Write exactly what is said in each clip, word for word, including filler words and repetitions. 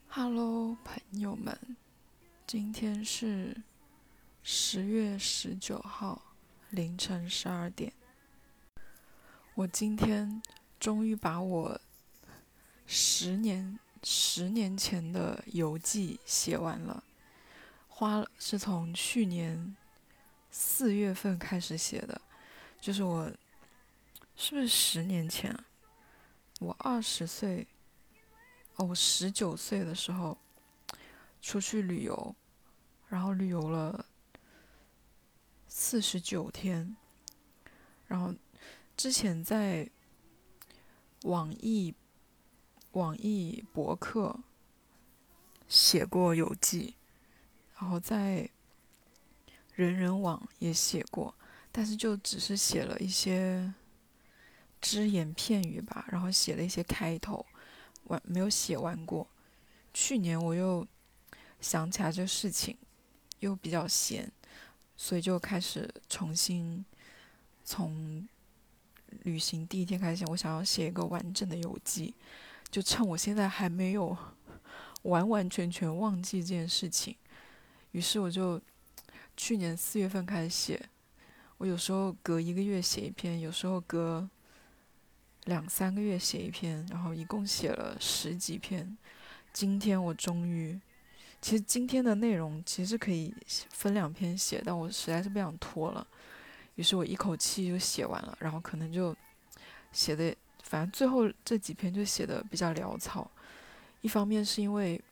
Hello，朋友们，今天是十月十九号凌晨十二点。我今天终于把我十年十年前的游记写完了，花了是从去年四月份开始写的，就是我是不是十年前啊？我二十岁，哦，我十九岁的时候出去旅游，然后旅游了四十九天，然后之前在网易网易博客写过游记，然后在人人网也写过，但是就只是写了一些只言片语吧，然后写了一些开头，完没有写完过。去年我又想起来这事情，又比较闲，所以就开始重新从旅行第一天开始，我想要写一个完整的游记，就趁我现在还没有完完全全忘记这件事情，于是我就去年四月份开始写。我有时候隔一个月写一篇，有时候隔两三个月写一篇，然后一共写了十几篇。今天我终于，其实今天的内容其实可以分两篇写，但我实在是不想拖了，于是我一口气就写完了，然后可能就写的，反正最后这几篇就写的比较潦草。一方面是因为，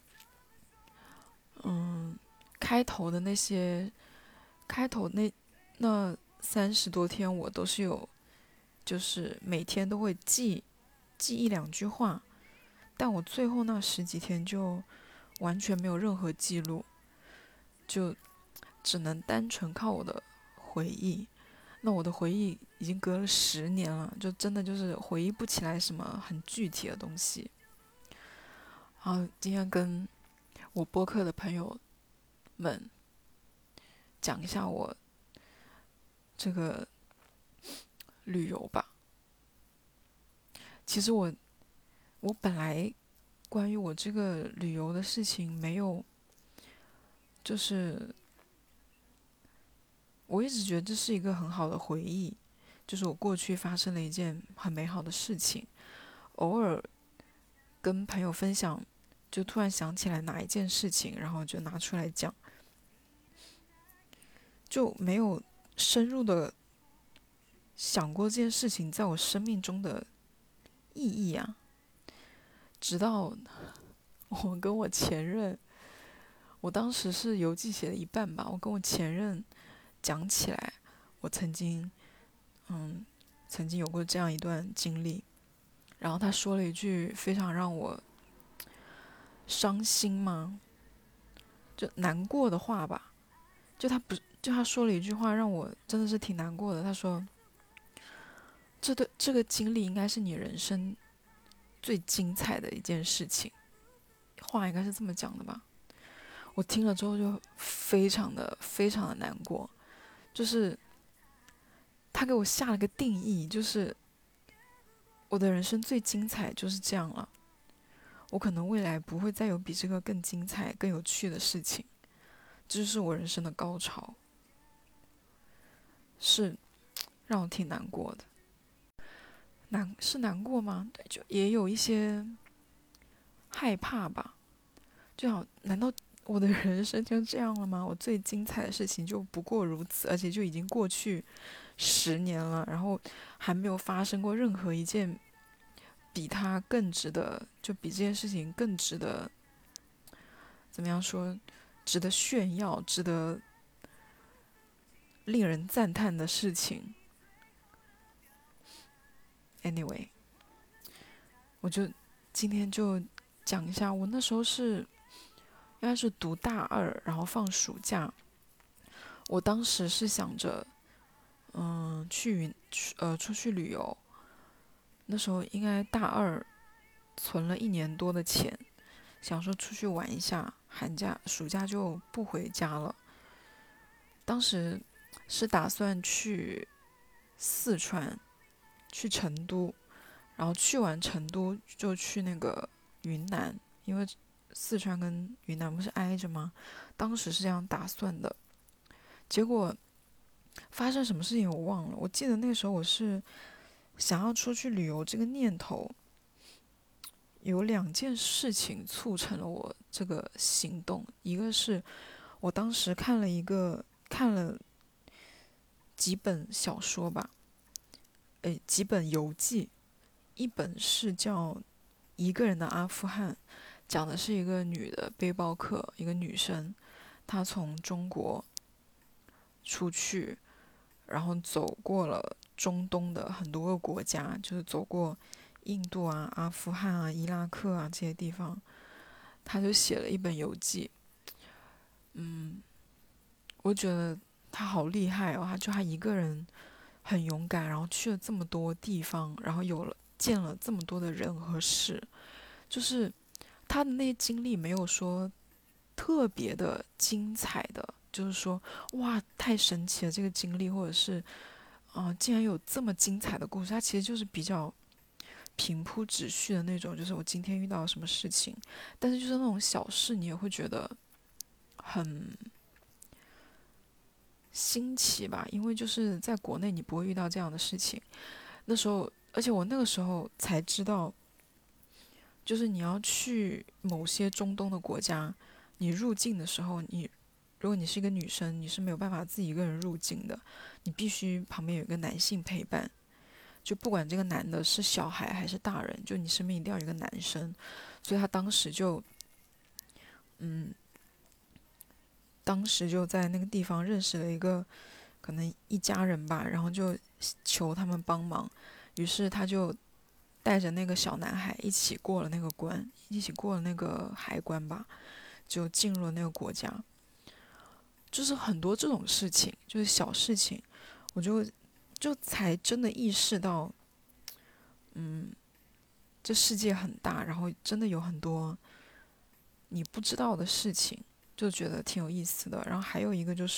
嗯，开头的那些，开头那那三十多天我都是有，就是每天都会记记一两句话，但我最后那十几天就完全没有任何记录，就只能单纯靠我的回忆。那我的回忆已经隔了十年了，就真的就是回忆不起来什么很具体的东西。然后今天跟我播客的朋友们讲一下我这个旅游吧。其实我我本来关于我这个旅游的事情没有，就是我一直觉得这是一个很好的回忆，就是我过去发生了一件很美好的事情，偶尔跟朋友分享，就突然想起来哪一件事情，然后就拿出来讲，就没有深入的想过这件事情在我生命中的意义啊。直到我跟我前任，我当时是游记写了一半吧，我跟我前任讲起来，我曾经，嗯，曾经有过这样一段经历，然后他说了一句非常让我伤心吗？就难过的话吧。就他不，就他说了一句话让我真的是挺难过的。他说：“这对这个经历应该是你人生最精彩的一件事情。”话应该是这么讲的吧？我听了之后就非常的非常的难过，就是他给我下了个定义，就是我的人生最精彩就是这样了。我可能未来不会再有比这个更精彩、更有趣的事情，这就是我人生的高潮，是让我挺难过的。难是难过吗？就也有一些害怕吧。就好，难道我的人生就这样了吗？我最精彩的事情就不过如此，而且就已经过去十年了，然后还没有发生过任何一件比它更值得，就比这件事情更值得，怎么样说，值得炫耀、值得令人赞叹的事情。Anyway，我就今天就讲一下，我那时候是应该是读大二，然后放暑假。我当时是想着，嗯，去云呃出去旅游。那时候应该大二，存了一年多的钱，想说出去玩一下，寒假暑假就不回家了。当时是打算去四川，去成都，然后去完成都就去那个云南，因为四川跟云南不是挨着吗？当时是这样打算的，结果发生什么事情我忘了。我记得那时候我是想要出去旅游这个念头，有两件事情促成了我这个行动。一个是我当时看了一个看了几本小说吧，诶，几本游记，一本是叫《一个人的阿富汗》，讲的是一个女的背包客，一个女生，她从中国出去，然后走过了中东的很多个国家，就是走过印度啊、阿富汗啊、伊拉克啊这些地方，她就写了一本游记。嗯，我觉得她好厉害哦，她就她一个人很勇敢，然后去了这么多地方，然后有了见了这么多的人和事，就是她的那些经历没有说特别的精彩的，就是说哇太神奇了这个经历，或者是啊、呃竟然有这么精彩的故事，它其实就是比较平铺直叙的那种，就是我今天遇到了什么事情，但是就是那种小事你也会觉得很新奇吧，因为就是在国内你不会遇到这样的事情。那时候，而且我那个时候才知道，就是你要去某些中东的国家，你入境的时候，你如果你是一个女生，你是没有办法自己一个人入境的，你必须旁边有一个男性陪伴。就不管这个男的是小孩还是大人，就你身边一定要有一个男生。所以他当时就，嗯，当时就在那个地方认识了一个可能一家人吧，然后就求他们帮忙，于是他就带着那个小男孩一起过了那个关，一起过了那个海关吧，就进入了那个国家。就是很多这种事情，就是小事情，我就就才真的意识到，嗯，这世界很大，然后真的有很多你不知道的事情，就觉得挺有意思的。然后还有一个就是，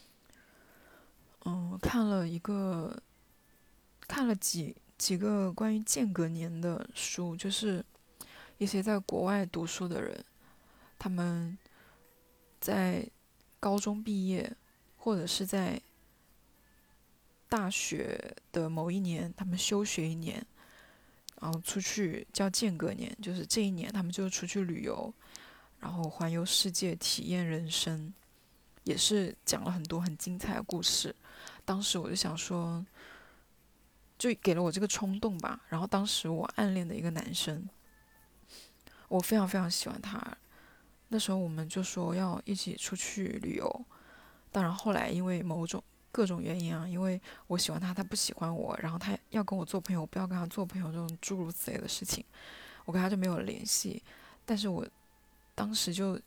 嗯，看了一个看了几几个关于间隔年的书，就是一些在国外读书的人，他们在高中毕业，或者是在大学的某一年，他们休学一年，然后出去叫间隔年，就是这一年他们就出去旅游，然后环游世界，体验人生，也是讲了很多很精彩的故事。当时我就想说，就给了我这个冲动吧。然后当时我暗恋的一个男生，我非常非常喜欢他。那时候我们就说要一起出去旅游，当然后来因为某种各种原因啊，因为我喜欢他，他不喜欢我，然后他要跟我做朋友，我不要跟他做朋友，这种诸如此类的事情，我跟他就没有联系。但是我当时就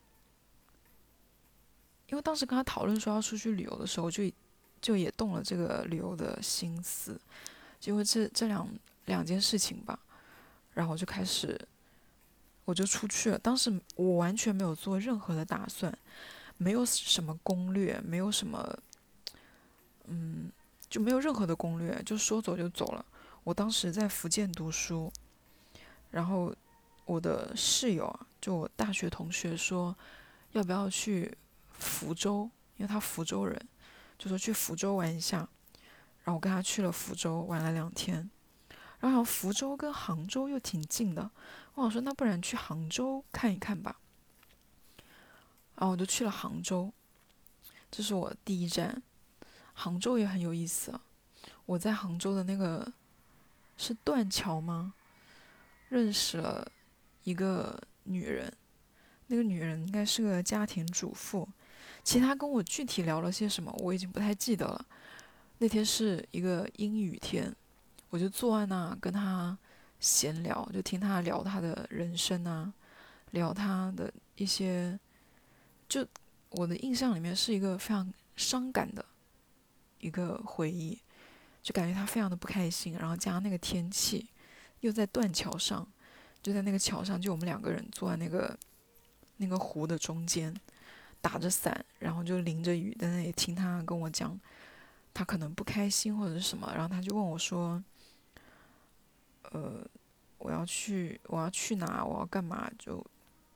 因为当时跟他讨论说要出去旅游的时候，就就也动了这个旅游的心思，就因为这这两两件事情吧，然后我就开始我就出去了。当时我完全没有做任何的打算，没有什么攻略，没有什么嗯，就没有任何的攻略，就说走就走了。我当时在福建读书，然后我的室友啊，就我大学同学说要不要去福州，因为他福州人，就说去福州玩一下。然后我跟他去了福州，玩了两天。然后好像福州跟杭州又挺近的，我想说那不然去杭州看一看吧。然后我就去了杭州，这是我第一站。杭州也很有意思啊，我在杭州的那个是断桥吗？认识了一个女人，那个女人应该是个家庭主妇。其他跟我具体聊了些什么，我已经不太记得了。那天是一个阴雨天，我就坐在那跟她闲聊，就听她聊她的人生啊，聊她的一些，就我的印象里面是一个非常伤感的一个回忆，就感觉她非常的不开心，然后加上那个天气，又在断桥上，就在那个桥上，就我们两个人坐在那个那个湖的中间，打着伞，然后就淋着雨在那里听他跟我讲他可能不开心或者是什么，然后他就问我说，呃，我要去我要去哪，我要干嘛，就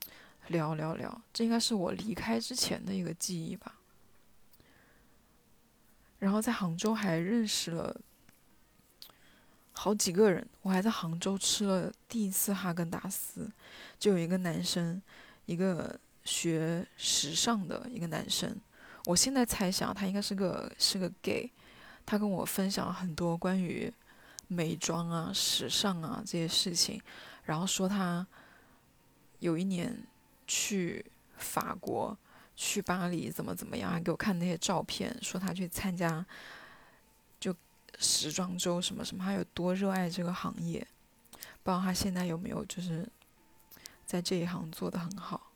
聊聊聊，这应该是我离开之前的一个记忆吧。然后在杭州还认识了好几个人，我还在杭州吃了第一次哈根达斯，就有一个男生，一个学时尚的一个男生，我现在猜想他应该是个是个 gay，他跟我分享了很多关于美妆啊、时尚啊这些事情，然后说他有一年去法国、去巴黎怎么怎么样，还给我看那些照片，说他去参加就时装周什么什么，他有多热爱这个行业。不知道他现在有没有就是在这一行做得很好。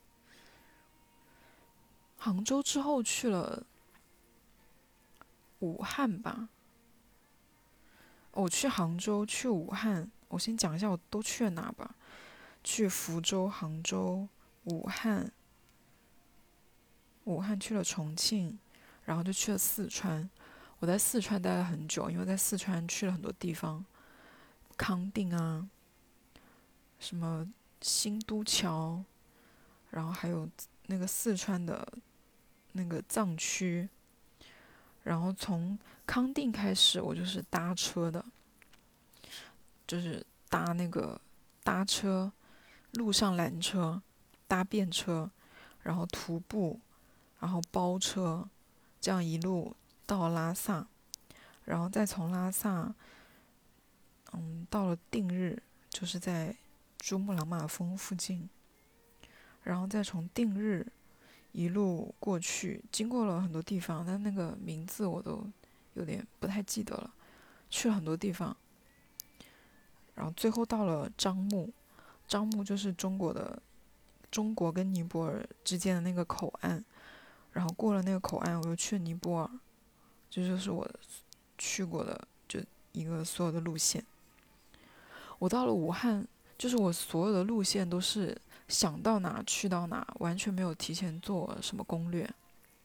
杭州之后去了武汉吧，我去杭州，去武汉，我先讲一下我都去了哪吧。去福州、杭州、武汉，武汉去了重庆，然后就去了四川。我在四川待了很久，因为在四川去了很多地方，康定啊，什么新都桥，然后还有那个四川的那个藏区。然后从康定开始，我就是搭车的，就是搭那个搭车，路上拦车，搭便车，然后徒步，然后包车，这样一路到拉萨，然后再从拉萨，嗯，到了定日，就是在珠穆朗玛峰附近，然后再从定日一路过去，经过了很多地方，但那个名字我都有点不太记得了，去了很多地方，然后最后到了樟木，樟木就是中国的中国跟尼泊尔之间的那个口岸，然后过了那个口岸，我又去了尼泊尔，这就是我去过的就一个所有的路线。我到了武汉，就是我所有的路线都是想到哪去到哪，完全没有提前做什么攻略。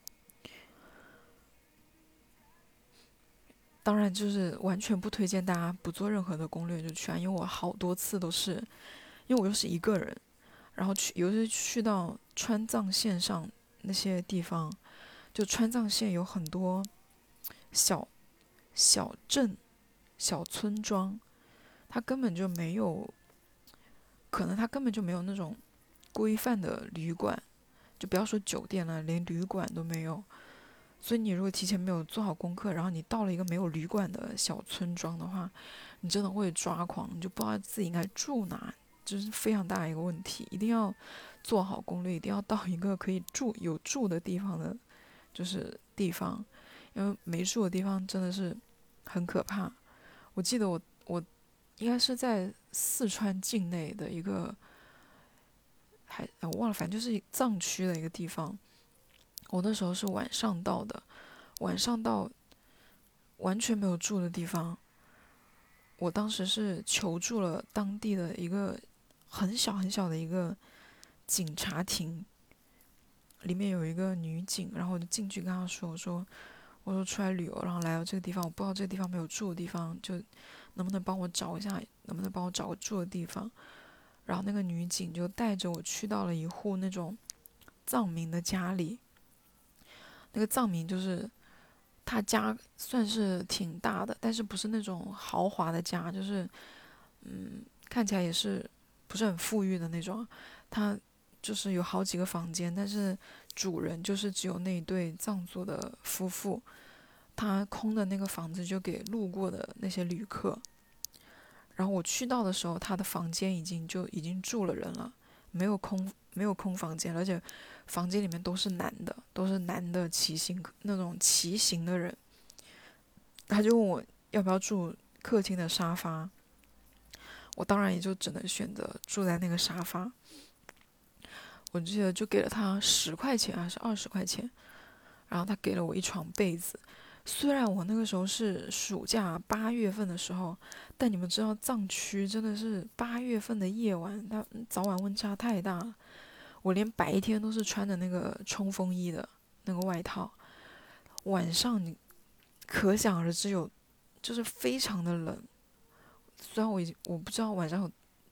当然，就是完全不推荐大家不做任何的攻略就去啊，因为我好多次都是，因为我又是一个人，然后去，尤其是去到川藏线上那些地方，就川藏线有很多小小镇、小村庄，它根本就没有，可能它根本就没有那种规范的旅馆，就不要说酒店了，连旅馆都没有。所以你如果提前没有做好功课，然后你到了一个没有旅馆的小村庄的话，你真的会抓狂，你就不知道自己应该住哪，这是非常大的一个问题。一定要做好攻略，一定要到一个可以住有住的地方的，就是地方，因为没住的地方真的是很可怕。我记得我我应该是在四川境内的一个，还我忘了，反正就是藏区的一个地方。我那时候是晚上到的，晚上到完全没有住的地方。我当时是求助了当地的一个很小很小的一个警察庭，里面有一个女警，然后我就进去跟她说：“我说我说出来旅游，然后来到这个地方，我不知道这个地方没有住的地方，就能不能帮我找一下，能不能帮我找个住的地方？”然后那个女警就带着我去到了一户那种藏民的家里，那个藏民就是他家算是挺大的，但是不是那种豪华的家，就是嗯，看起来也是不是很富裕的那种。他就是有好几个房间，但是主人就是只有那一对藏族的夫妇，他空的那个房子就给路过的那些旅客。然后我去到的时候，他的房间已经就已经住了人了，没有空没有空房间，而且房间里面都是男的，都是男的骑行那种骑行的人。他就问我要不要住客厅的沙发，我当然也就只能选择住在那个沙发。我记得就给了他十块钱还是二十块钱，然后他给了我一床被子。虽然我那个时候是暑假八月份的时候，但你们知道藏区真的是八月份的夜晚，它早晚温差太大了。我连白天都是穿着那个冲锋衣的那个外套，晚上你可想而知有，就是非常的冷。虽然我已经我不知道晚上有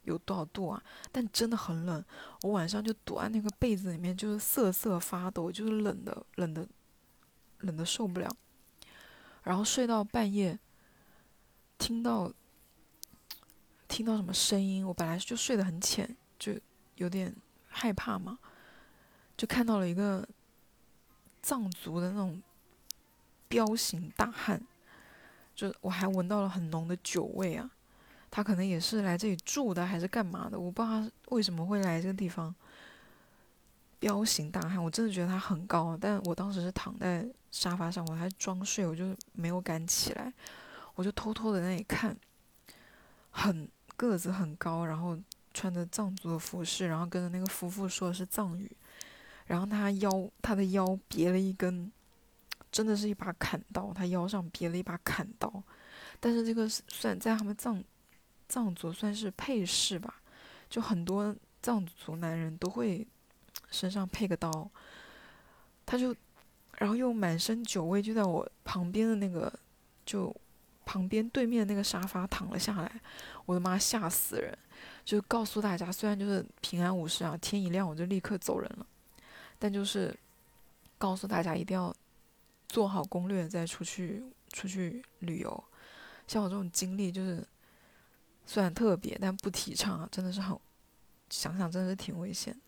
有多少度啊，但真的很冷。我晚上就躲在那个被子里面，就是瑟瑟发抖，就是冷的冷的冷的受不了。然后睡到半夜，听到听到什么声音，我本来就睡得很浅，就有点害怕嘛，就看到了一个藏族的那种彪形大汉，就我还闻到了很浓的酒味啊。他可能也是来这里住的，还是干嘛的？我不知道他为什么会来这个地方。彪形大汉，我真的觉得他很高，但我当时是躺在沙发上，我还装睡，我就没有敢起来，我就偷偷的在那里看，很个子很高，然后穿着藏族的服饰，然后跟着那个夫妇说的是藏语，然后他腰他的腰别了一根，真的是一把砍刀，他腰上别了一把砍刀，但是这个算在他们藏藏族算是配饰吧，就很多藏族男人都会身上配个刀，他就然后又满身酒味，就在我旁边的那个就旁边对面的那个沙发躺了下来，我的妈，吓死人！就告诉大家，虽然就是平安无事啊，天一亮我就立刻走人了，但就是告诉大家一定要做好攻略再出去出去旅游。像我这种经历就是虽然特别，但不提倡啊，真的是很想想真的是挺危险。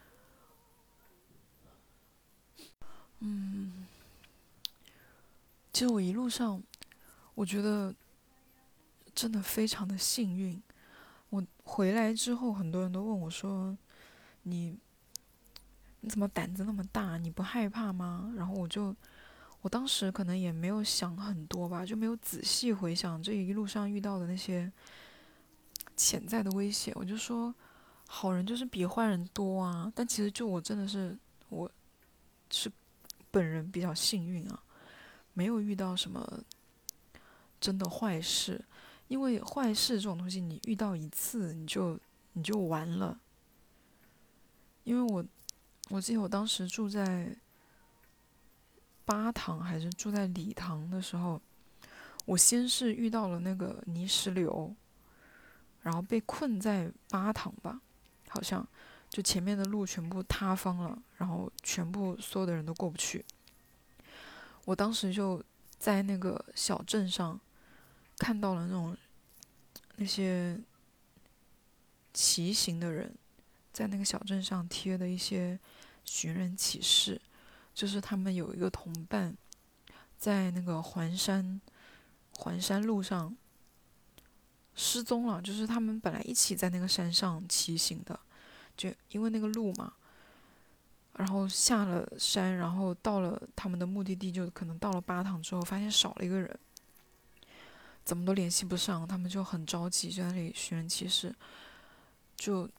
嗯，其实我一路上我觉得真的非常的幸运。我回来之后，很多人都问我说：“你你怎么胆子那么大？你不害怕吗？”然后我就，我当时可能也没有想很多吧，就没有仔细回想这一路上遇到的那些潜在的威胁。我就说，好人就是比坏人多啊。但其实就我真的是，我是本人比较幸运啊，没有遇到什么真的坏事。因为坏事这种东西，你遇到一次你就你就完了。因为我我记得我当时住在巴塘还是住在理塘的时候，我先是遇到了那个泥石流，然后被困在巴塘吧，好像就前面的路全部塌方了，然后全部所有的人都过不去。我当时就在那个小镇上看到了那种那些骑行的人在那个小镇上贴的一些寻人启事，就是他们有一个同伴在那个环山环山路上失踪了，就是他们本来一起在那个山上骑行的，就因为那个路嘛，然后下了山，然后到了他们的目的地，就可能到了巴塘之后，发现少了一个人，怎么都联系不上，他们就很着急，就在那里寻人启事。就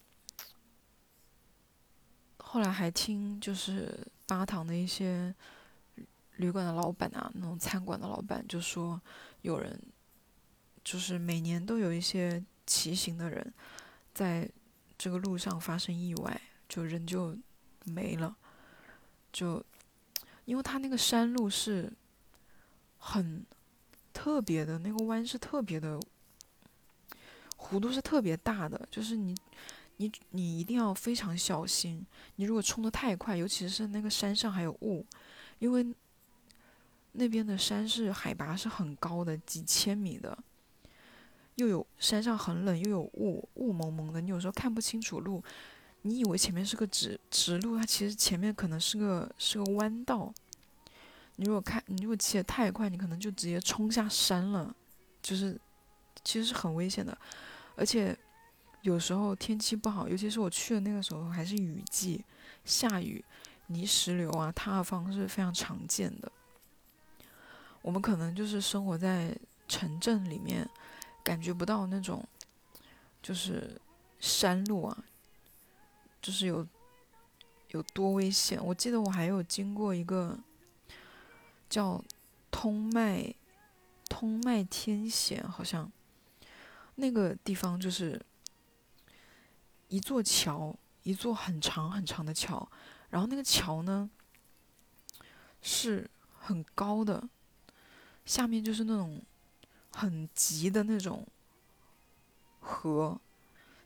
后来还听就是巴塘的一些旅馆的老板啊，那种餐馆的老板就说，有人就是每年都有一些骑行的人在这个路上发生意外，就人就没了。就因为它那个山路是很特别的，那个弯是特别的，弧度是特别大的，就是你你你一定要非常小心。你如果冲得太快，尤其是那个山上还有雾，因为那边的山是海拔是很高的，几千米的，又有山上很冷，又有雾，雾蒙蒙的，你有时候看不清楚路。你以为前面是个直直路，它其实前面可能是个是个弯道。你如果开，你如果骑得太快，你可能就直接冲下山了，就是其实是很危险的。而且有时候天气不好，尤其是我去的那个时候还是雨季，下雨，泥石流啊、塌方是非常常见的。我们可能就是生活在城镇里面，感觉不到那种就是山路啊，就是有有多危险。我记得我还有经过一个叫通麦通麦天险，好像那个地方就是一座桥，一座很长很长的桥，然后那个桥呢是很高的，下面就是那种很急的那种河，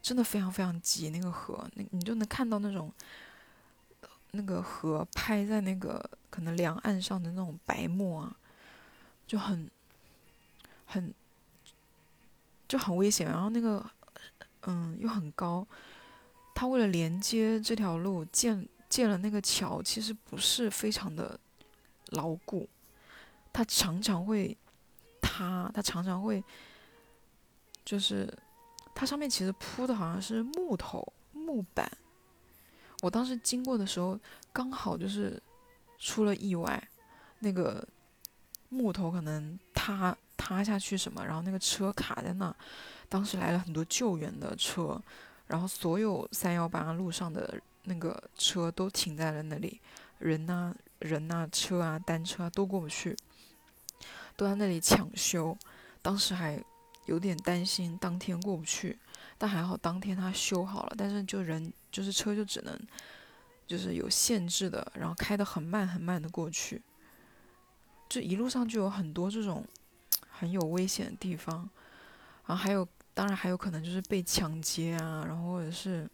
真的非常非常急。那个河，那你就能看到那种那个河拍在那个可能两岸上的那种白沫啊，就很很就很危险。然后那个嗯又很高，他为了连接这条路建建了那个桥，其实不是非常的牢固，它常常会塌，它常常会就是它上面其实铺的好像是木头木板。我当时经过的时候，刚好就是出了意外，那个木头可能塌塌下去什么，然后那个车卡在那。当时来了很多救援的车，然后所有三幺八路上的那个车都停在了那里，人呐、人呐、车啊、单车啊都过不去，都在那里抢修。当时还有点担心当天过不去，但还好当天他修好了，但是就人就是车就只能就是有限制的，然后开得很慢很慢的过去。这一路上就有很多这种很有危险的地方，然后还有当然还有可能就是被抢劫啊，然后或者是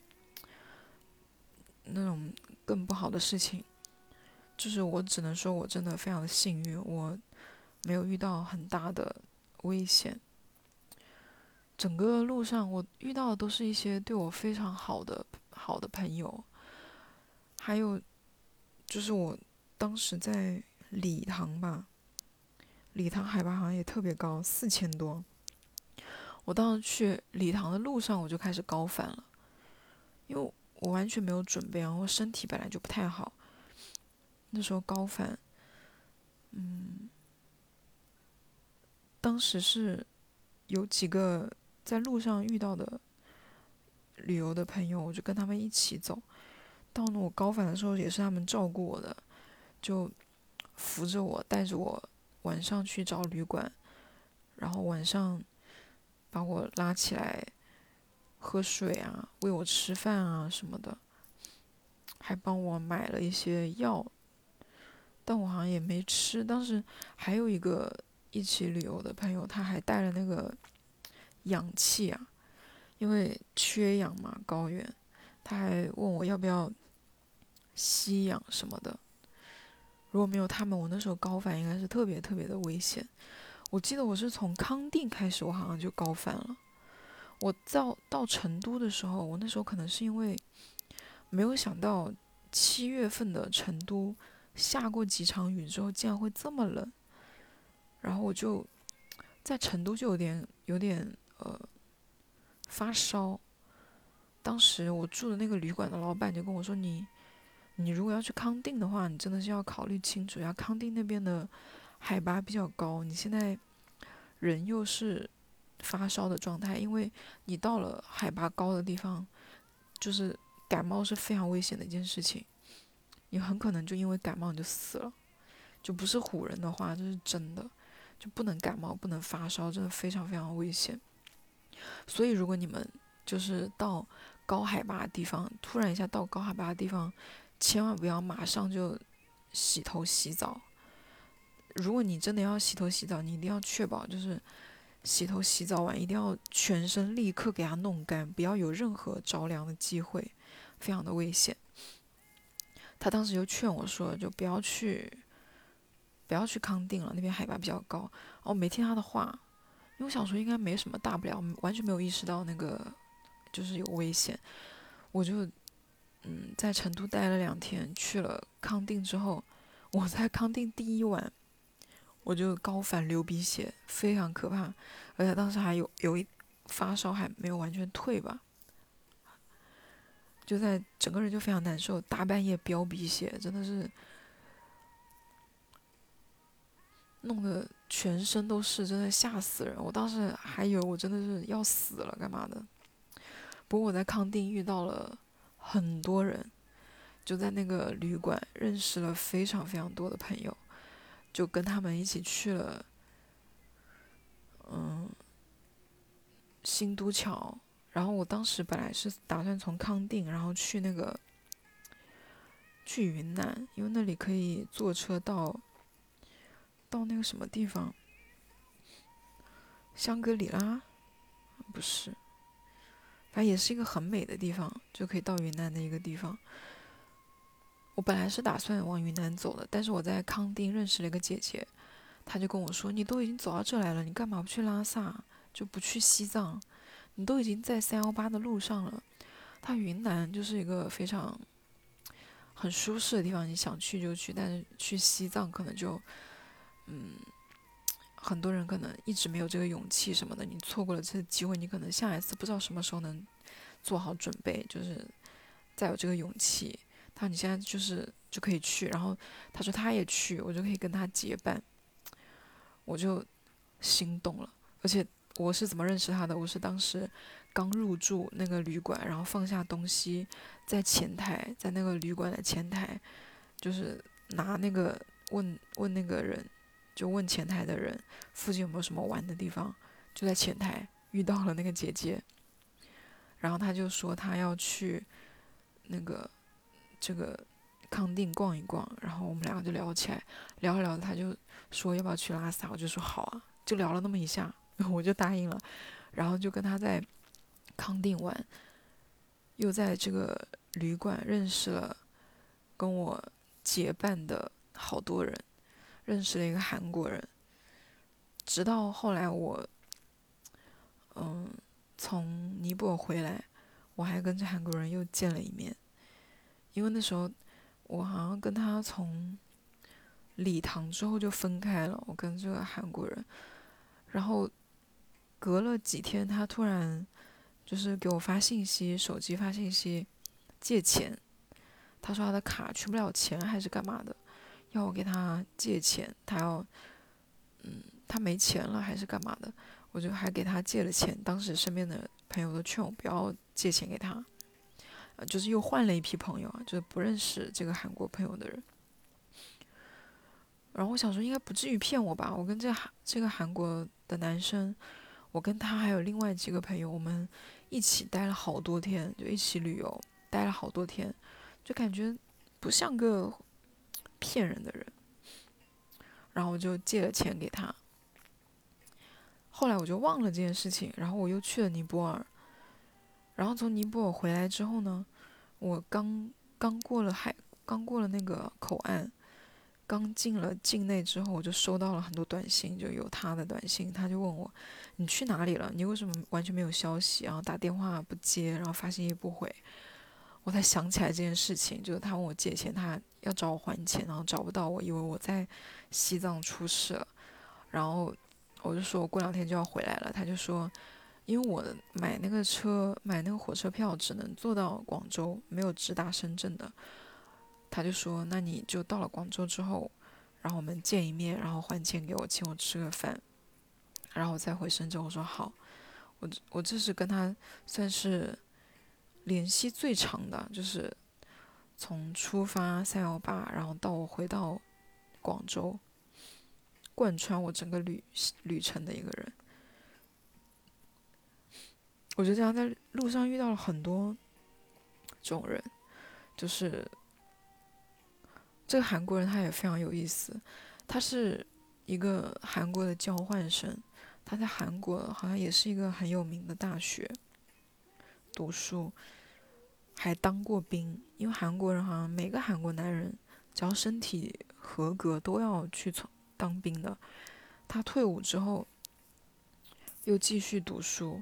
那种更不好的事情。就是我只能说我真的非常的幸运，我没有遇到很大的危险。整个路上我遇到的都是一些对我非常好的好的朋友，还有就是我当时在礼堂吧，礼堂海拔好像也特别高，四千多。我当时去礼堂的路上我就开始高反了，因为我完全没有准备，然后身体本来就不太好。那时候高反，嗯，当时是有几个在路上遇到的旅游的朋友，我就跟他们一起走。到了我高反的时候，也是他们照顾我的，就扶着我，带着我晚上去找旅馆，然后晚上把我拉起来喝水啊，喂我吃饭啊什么的，还帮我买了一些药，但我好像也没吃。当时还有一个一起旅游的朋友，他还带了那个氧气啊，因为缺氧嘛，高原，他还问我要不要吸氧什么的。如果没有他们，我那时候高反应该是特别特别的危险。我记得我是从康定开始，我好像就高反了。我到到成都的时候，我那时候可能是因为没有想到七月份的成都下过几场雨之后，竟然会这么冷，然后我就在成都就有点有点呃发烧。当时我住的那个旅馆的老板就跟我说：“你你如果要去康定的话，你真的是要考虑清楚呀，康定那边的海拔比较高，你现在人又是发烧的状态，因为你到了海拔高的地方，就是感冒是非常危险的一件事情，你很可能就因为感冒你就死了，就不是唬人的话，这是真的，就不能感冒，不能发烧，真的非常非常危险。所以如果你们就是到高海拔的地方，突然一下到高海拔的地方，千万不要马上就洗头洗澡。如果你真的要洗头洗澡，你一定要确保就是洗头洗澡完一定要全身立刻给它弄干，不要有任何着凉的机会，非常的危险。他当时就劝我说，就不要去，不要去康定了，那边海拔比较高。我没听他的话，因为我想说应该没什么大不了，完全没有意识到那个就是有危险。我就嗯在成都待了两天，去了康定之后，我在康定第一晚我就高反流鼻血，非常可怕，而且当时还有有一发烧还没有完全退吧，就在整个人就非常难受，大半夜飙鼻血，真的是弄得全身都是，真的吓死人。我当时还以为我真的是要死了，干嘛的？不过我在康定遇到了很多人，就在那个旅馆认识了非常非常多的朋友，就跟他们一起去了，嗯，新都桥。然后我当时本来是打算从康定，然后去那个去云南，因为那里可以坐车到到那个什么地方，香格里拉不是， 反正也是一个很美的地方，就可以到云南的一个地方。我本来是打算往云南走的，但是我在康定认识了一个姐姐，她就跟我说：“你都已经走到这来了，你干嘛不去拉萨，就不去西藏？你都已经在三幺八的路上了。它云南就是一个非常很舒适的地方，你想去就去，但是去西藏可能就，嗯，很多人可能一直没有这个勇气什么的，你错过了这个机会，你可能下一次不知道什么时候能做好准备，就是再有这个勇气。他说你现在就是就可以去，然后他说他也去，我就可以跟他结伴，我就心动了。而且我是怎么认识他的？我是当时刚入住那个旅馆，然后放下东西，在前台，在那个旅馆的前台，就是拿那个问问那个人，就问前台的人附近有没有什么玩的地方，就在前台遇到了那个姐姐，然后他就说他要去那个这个康定逛一逛，然后我们两个就聊起来，聊着聊着他就说要不要去拉萨，我就说好啊，就聊了那么一下，我就答应了，然后就跟他在康定玩，又在这个旅馆认识了跟我结伴的好多人，认识了一个韩国人，直到后来我嗯从尼泊尔回来，我还跟这韩国人又见了一面，因为那时候我好像跟他从礼堂之后就分开了，我跟这个韩国人，然后隔了几天，他突然就是给我发信息，手机发信息借钱，他说他的卡取不了钱还是干嘛的，要我给他借钱，他要嗯他没钱了还是干嘛的，我就还给他借了钱。当时身边的朋友都劝我不要借钱给他，呃，就是又换了一批朋友啊，就是不认识这个韩国朋友的人。然后我想说应该不至于骗我吧，我跟这韩这个韩国的男生，我跟他还有另外几个朋友，我们一起待了好多天，就一起旅游，待了好多天，就感觉不像个骗人的人。然后我就借了钱给他，后来我就忘了这件事情，然后我又去了尼泊尔，然后从尼泊尔回来之后呢，我刚刚过了海，刚过了那个口岸，刚进了境内之后，我就收到了很多短信，就有他的短信，他就问我你去哪里了？你为什么完全没有消息？然后打电话不接，然后发信息不回。我才想起来这件事情，就是他问我借钱，他要找我还钱，然后找不到我，以为我在西藏出事了，然后我就说我过两天就要回来了，他就说因为我买那个车买那个火车票只能坐到广州，没有直达深圳的，他就说那你就到了广州之后，然后我们见一面，然后还钱给我，请我吃个饭，然后我再回深圳。我说好，我我这是跟他算是联系最长的，就是从出发三幺八，然后到我回到广州，贯穿我整个旅旅程的一个人。我就这样在路上遇到了很多这种人，就是这个韩国人他也非常有意思，他是一个韩国的交换生，他在韩国好像也是一个很有名的大学读书，还当过兵。因为韩国人好像每个韩国男人只要身体合格都要去从当兵的。他退伍之后又继续读书，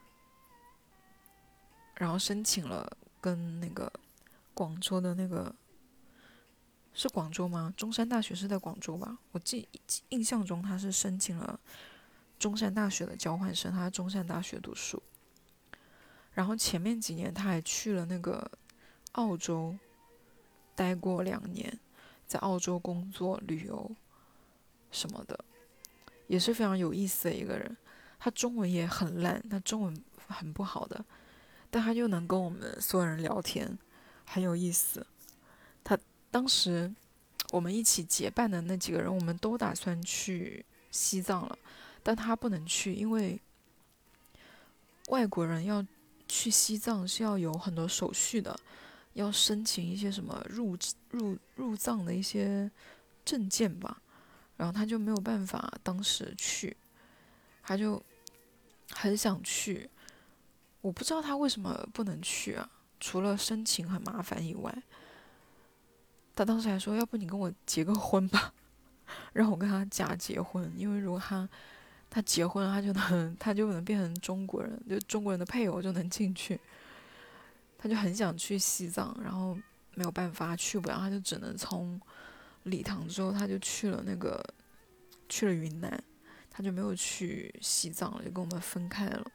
然后申请了跟那个广州的那个是广州吗？中山大学是在广州吧？我记印象中他是申请了中山大学的交换生，他在中山大学读书。然后前面几年他还去了那个澳洲待过两年，在澳洲工作、旅游什么的，也是非常有意思的一个人。他中文也很烂，他中文很不好的，但他又能跟我们所有人聊天，很有意思。他当时我们一起结伴的那几个人，我们都打算去西藏了，但他不能去，因为外国人要去西藏是要有很多手续的，要申请一些什么入入入藏的一些证件吧，然后他就没有办法当时去，他就很想去， 我不知道他为什么不能去啊，除了申请很麻烦以外，他当时还说，要不你跟我结个婚吧，让我跟他假结婚，因为如果他他结婚了，他就能他就能变成中国人，就中国人的配偶就能进去。他就很想去西藏，然后没有办法去不了，他就只能从理塘之后，他就去了那个去了云南，他就没有去西藏了，就跟我们分开了。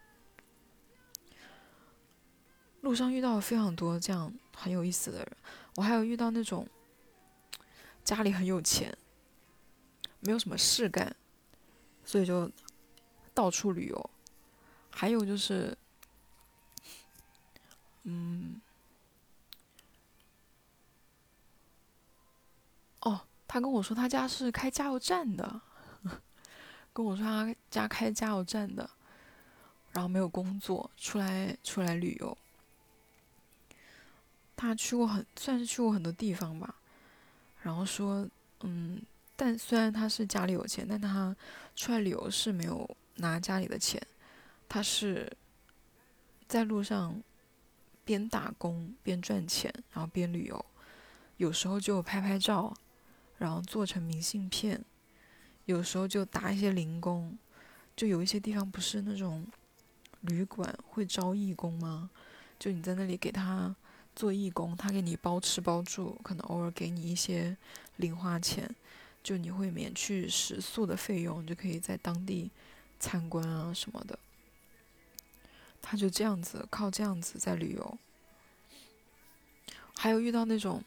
路上遇到了非常多这样很有意思的人，我还有遇到那种家里很有钱，没有什么事干，所以就到处旅游。还有就是，嗯，哦，他跟我说他家是开加油站的，跟我说他家开加油站的，然后没有工作，出来出来旅游。他去过很算是去过很多地方吧，然后说，嗯，但虽然他是家里有钱，但他出来旅游是没有拿家里的钱，他是在路上边打工边赚钱，然后边旅游，有时候就拍拍照，然后做成明信片，有时候就打一些零工，就有一些地方不是那种旅馆会招义工吗？就你在那里给他做义工，他给你包吃包住，可能偶尔给你一些零花钱，就你会免去食宿的费用，你就可以在当地参观啊什么的。他就这样子靠这样子在旅游。还有遇到那种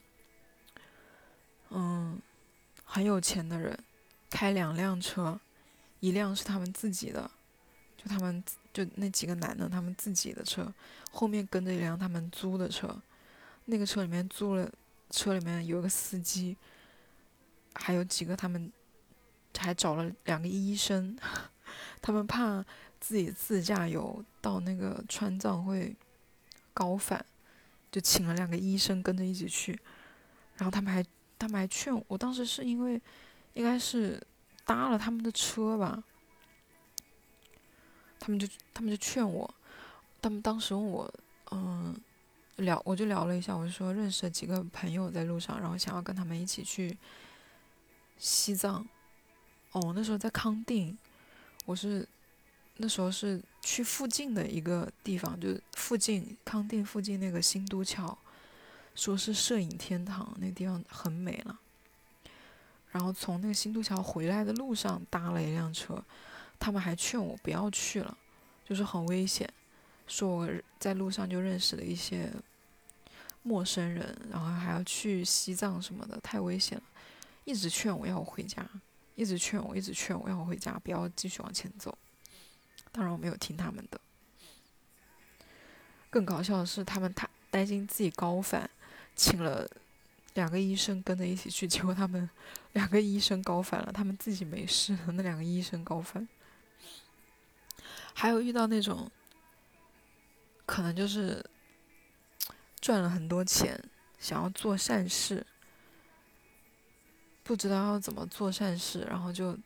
嗯很有钱的人，开两辆车，一辆是他们自己的，就他们就那几个男的他们自己的车，后面跟着一辆他们租的车，那个车里面租了，车里面有个司机，还有几个他们还找了两个医生，他们怕自己自驾游到那个川藏会高反，就请了两个医生跟着一起去，然后他们还他们还劝我，我当时是因为应该是搭了他们的车吧，他们就他们就劝我，他们当时问我，嗯，聊我就聊了一下，我就说认识了几个朋友在路上，然后想要跟他们一起去西藏。哦，那时候在康定，我是那时候是去附近的一个地方，就是附近康定附近那个新都桥，说是摄影天堂，那个地方很美了。然后从那个新都桥回来的路上搭了一辆车，他们还劝我不要去了，就是很危险，说我在路上就认识了一些陌生人，然后还要去西藏什么的，太危险了，一直劝我要我回家，一直劝我，一直劝我要我回家，不要继续往前走。当然我没有听他们的。更搞笑的是，他们他担心自己高反，请了两个医生跟着一起去，结果他们两个医生高反了，他们自己没事，那两个医生高反。还有遇到那种可能就是赚了很多钱，想要做善事，不知道要怎么做善事，然后就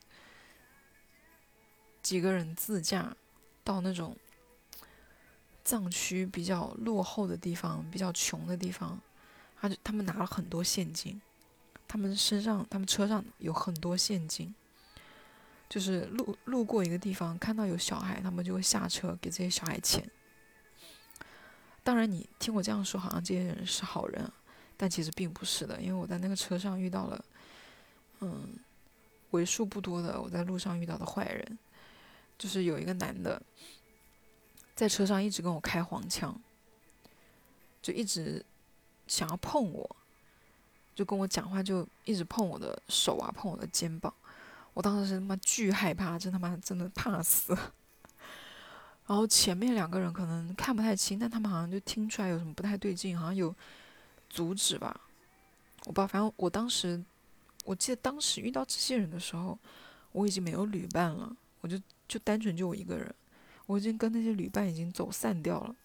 几个人自驾到那种藏区比较落后的地方、比较穷的地方，他就他们拿了很多现金，他们身上、他们车上有很多现金，就是路路过一个地方，看到有小孩，他们就会下车给这些小孩钱。当然，你听我这样说，好像这些人是好人啊，但其实并不是的，因为我在那个车上遇到了，嗯，为数不多的我在路上遇到的坏人，就是有一个男的在车上一直跟我开黄腔，就一直想要碰我，就跟我讲话，就一直碰我的手啊，碰我的肩膀。我当时是他妈巨害怕，真他妈真的怕死。然后前面两个人可能看不太清，但他们好像就听出来有什么不太对劲，好像有阻止吧，我不知道。反正我当时，我记得当时遇到这些人的时候，我已经没有旅伴了，我就就单纯就我一个人，我已经跟那些旅伴已经走散掉了，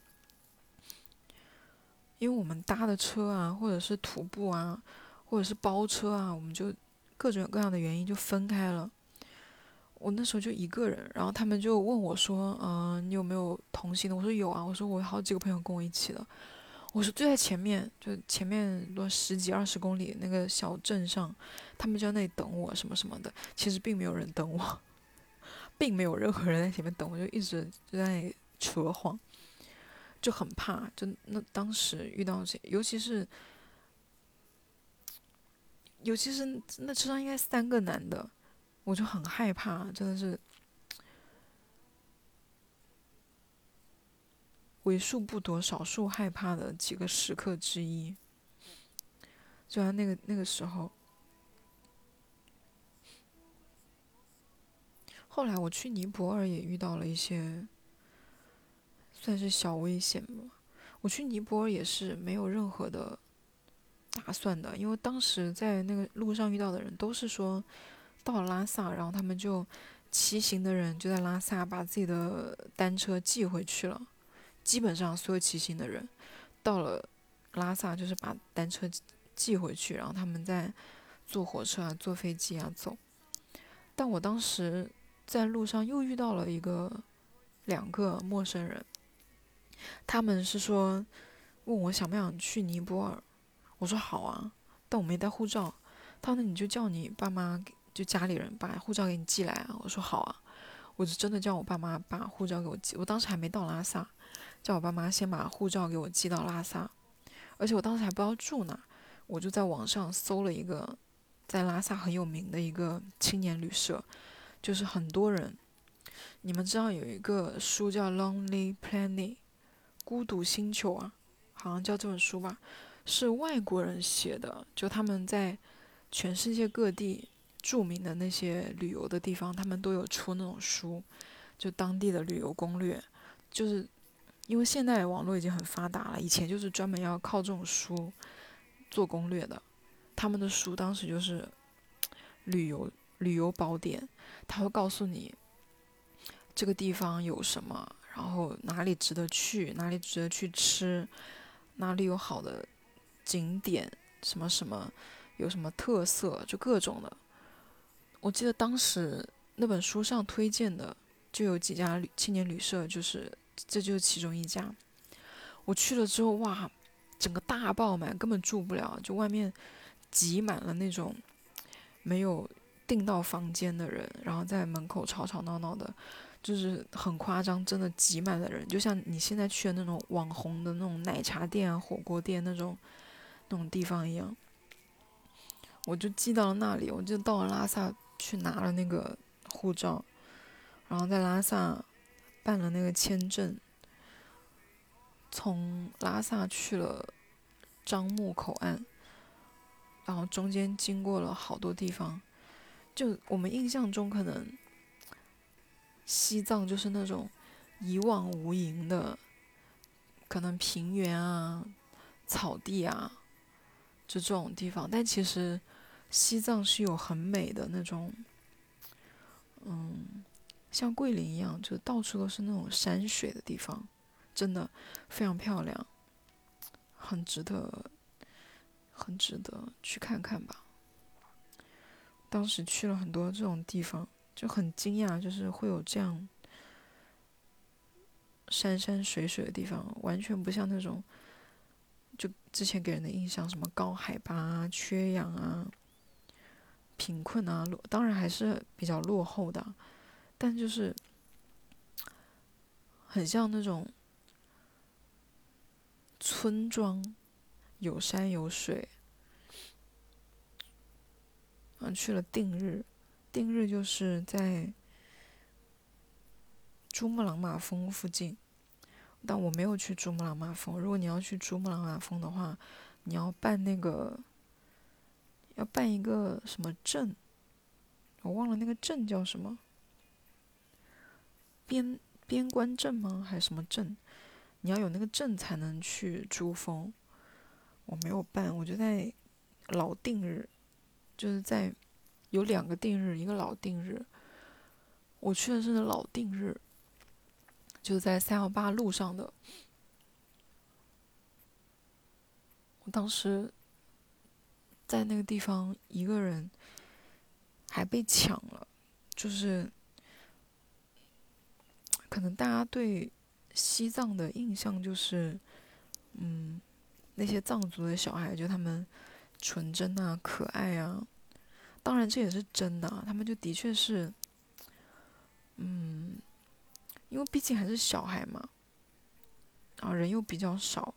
因为我们搭的车啊，或者是徒步啊，或者是包车啊，我们就各种各样的原因就分开了。 我那时候就一个人，然后他们就问我说：“嗯、呃你有没有同行的？”我说有啊，我说我有好几个朋友跟我一起的。我说就在前面，就前面多十几二十公里那个小镇上，他们就在那里等我什么什么的。其实并没有人等我，并没有任何人在前面等我，就一直就在那里扯谎，就很怕。就那当时遇到这，尤其是尤其是那车上应该三个男的，我就很害怕，真的是为数不多、少数害怕的几个时刻之一。就在那个那个时候，后来我去尼泊尔也遇到了一些算是小危险吧。我去尼泊尔也是没有任何的打算的，因为当时在那个路上遇到的人都是说到了拉萨，然后他们就骑行的人就在拉萨把自己的单车寄回去了。基本上所有骑行的人到了拉萨就是把单车寄回去，然后他们再坐火车啊、坐飞机啊走。但我当时在路上又遇到了一个两个陌生人，他们是说问我想不想去尼泊尔，我说好啊，但我没带护照。他说那你就叫你爸妈就家里人把护照给你寄来啊，我说好啊，我就真的叫我爸妈把护照给我寄。我当时还没到拉萨，叫我爸妈先把护照给我寄到拉萨，而且我当时还不知道住哪，我就在网上搜了一个在拉萨很有名的一个青年旅社，就是很多人。你们知道有一个书叫《Lonely Planet》孤独星球啊，好像叫这本书吧，是外国人写的，就他们在全世界各地著名的那些旅游的地方，他们都有出那种书，就当地的旅游攻略。就是因为现在网络已经很发达了，以前就是专门要靠这种书做攻略的。他们的书当时就是旅游旅游宝典，他会告诉你这个地方有什么，然后哪里值得去，哪里值得去吃，哪里有好的景点，什么什么，有什么特色，就各种的。我记得当时那本书上推荐的就有几家旅青年旅社，就是这就是其中一家。我去了之后，哇，整个大爆满，根本住不了，就外面挤满了那种没有订到房间的人，然后在门口吵吵闹闹的，就是很夸张，真的挤满了人，就像你现在去的那种网红的那种奶茶店啊、火锅店那种那种地方一样。我就寄到了那里，我就到了拉萨去拿了那个护照，然后在拉萨办了那个签证，从拉萨去了樟木口岸，然后中间经过了好多地方。就我们印象中，可能西藏就是那种一望无垠的，可能平原啊、草地啊，就这种地方。但其实西藏是有很美的那种，嗯，像桂林一样，就到处都是那种山水的地方，真的非常漂亮，很值得，很值得去看看吧。当时去了很多这种地方，就很惊讶，就是会有这样山山水水的地方，完全不像那种就之前给人的印象，什么高海拔啊、缺氧啊、贫困啊，当然还是比较落后的，但就是很像那种村庄，有山有水。嗯，去了定日，定日就是在珠穆朗玛峰附近，但我没有去珠穆朗玛峰。如果你要去珠穆朗玛峰的话，你要办那个，要办一个什么证，我忘了那个证叫什么，边边关证吗？还是什么证？你要有那个证才能去珠峰。我没有办，我就在老定日，就是在有两个定日，一个老定日。我去的是老定日，就在三幺八路上的。我当时在那个地方一个人还被抢了，就是可能大家对西藏的印象就是，嗯，那些藏族的小孩就他们纯真啊、可爱啊。当然这也是真的啊，他们就的确是，嗯，因为毕竟还是小孩嘛，啊，人又比较少。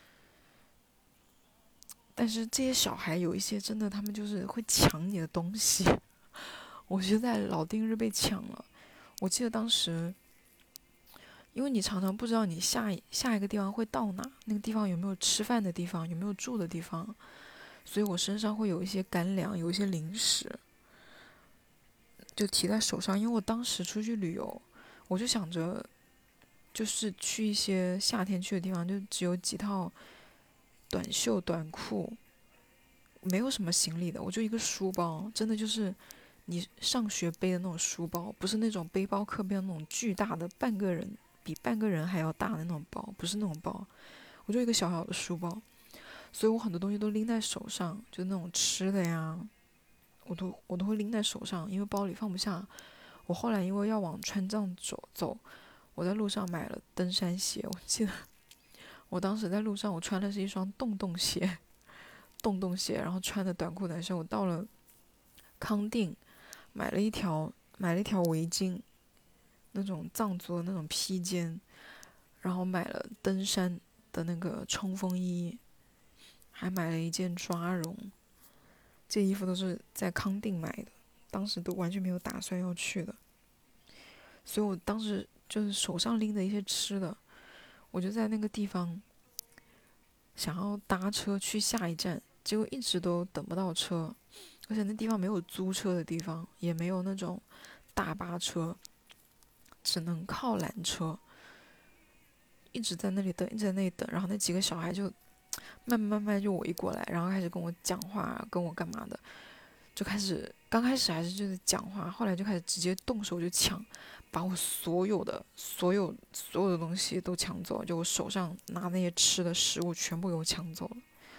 但是这些小孩有一些真的，他们就是会抢你的东西。我就在老丁日被抢了。我记得当时，因为你常常不知道你下一下一个地方会到哪，那个地方有没有吃饭的地方，有没有住的地方，所以我身上会有一些干粮，有一些零食，就提在手上。因为我当时出去旅游，我就想着，就是去一些夏天去的地方，就只有几套短袖短裤，没有什么行李的，我就一个书包，真的就是你上学背的那种书包，不是那种背包客背的那种巨大的半个人比半个人还要大的那种包，不是那种包，我就一个小小的书包，所以我很多东西都拎在手上，就那种吃的呀，我都我都会拎在手上，因为包里放不下。我后来因为要往川藏走走，我在路上买了登山鞋，我记得我当时在路上我穿的是一双洞洞鞋，洞洞鞋，然后穿的短裤短袖。我到了康定，买了一条买了一条围巾，那种藏族的那种披肩，然后买了登山的那个冲锋衣，还买了一件抓绒。这衣服都是在康定买的，当时都完全没有打算要去的，所以我当时就是手上拎着一些吃的，我就在那个地方想要搭车去下一站，结果一直都等不到车，而且那地方没有租车的地方，也没有那种大巴车，只能靠缆车。一直在那里等，一直在那里等，然后那几个小孩就慢慢慢慢就围过来，然后开始跟我讲话，跟我干嘛的，就开始刚开始还是就是讲话，后来就开始直接动手就抢，把我所有的所有所有的东西都抢走，就我手上拿那些吃的食物全部给我抢走了。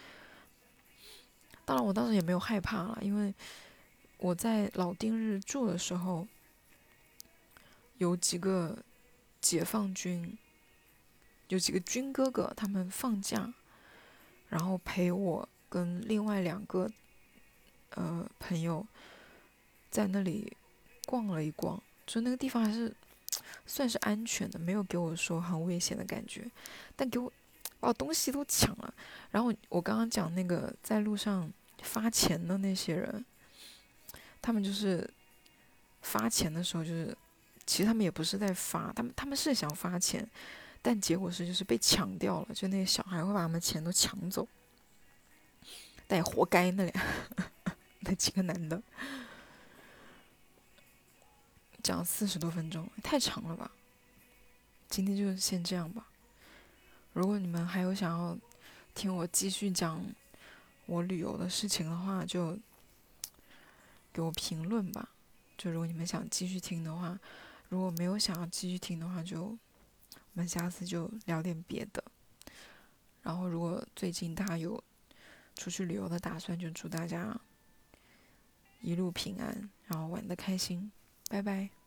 当然我当时也没有害怕了，因为我在老丁日住的时候，有几个解放军，有几个军哥哥，他们放假，然后陪我跟另外两个呃朋友在那里逛了一逛，就那个地方还是算是安全的，没有给我说很危险的感觉，但给我把我东西都抢了。然后我刚刚讲那个在路上发钱的那些人，他们就是发钱的时候，就是其实他们也不是在发，他们他们是想发钱，但结果是就是被抢掉了，就那些小孩会把他们钱都抢走，但也活该那俩那几个男的。讲四十多分钟，太长了吧？今天就先这样吧。如果你们还有想要听我继续讲我旅游的事情的话，就给我评论吧。就如果你们想继续听的话，如果没有想要继续听的话，就我们下次就聊点别的。然后，如果最近大家有出去旅游的打算，就祝大家一路平安，然后玩得开心。拜拜。